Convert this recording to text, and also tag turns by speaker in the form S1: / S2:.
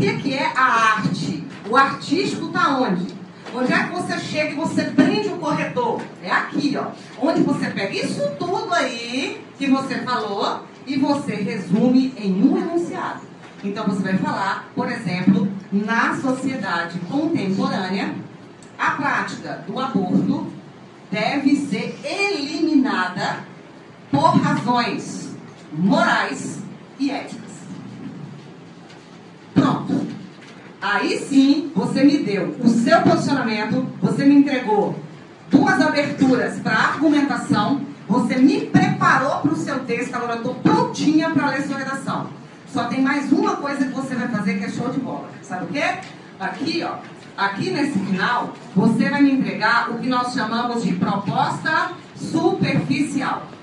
S1: que é a arte? O artístico está onde? Onde é que você chega e você prende o corretor? É aqui, ó. Onde você pega isso tudo aí que você falou e você resume em um enunciado. Então você vai falar, por exemplo, na sociedade contemporânea, a prática do aborto deve ser eliminada por razões morais e éticas. Pronto. Aí sim, você me deu o seu posicionamento, você me entregou duas aberturas para argumentação, você me preparou para o seu texto, agora eu estou prontinha para ler sua redação. Só tem mais uma coisa que você vai fazer que é show de bola. Sabe o quê? Aqui, ó, aqui nesse final, você vai me entregar o que nós chamamos de proposta superficial.